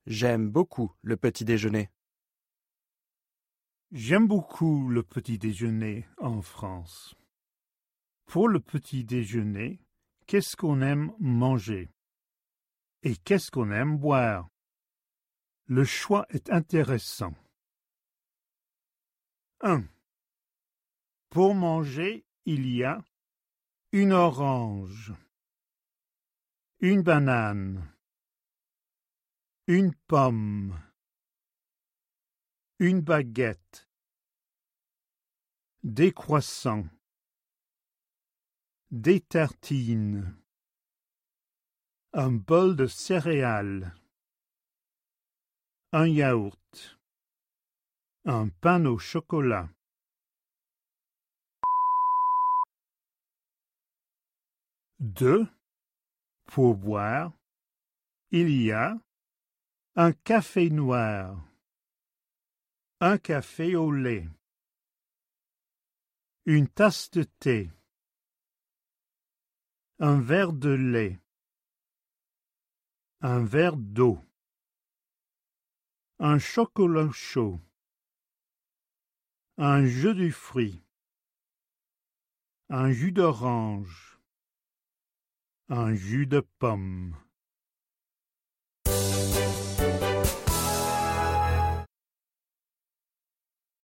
J'aime beaucoup le petit déjeuner. J'aime beaucoup le petit déjeuner en France. Pour le petit déjeuner, qu'est-ce qu'on aime manger? Et qu'est-ce qu'on aime boire? Le choix est intéressant. 1. Pour manger, il y a une orange, une banane, une pomme, une baguette, des croissants, des tartines, un bol de céréales, un yaourt, un pain au chocolat. 2. Pour boire, il y a un café noir, un café au lait, une tasse de thé, un verre de lait, un verre d'eau, un chocolat chaud, un jus de fruits, un jus d'orange, un jus de pomme.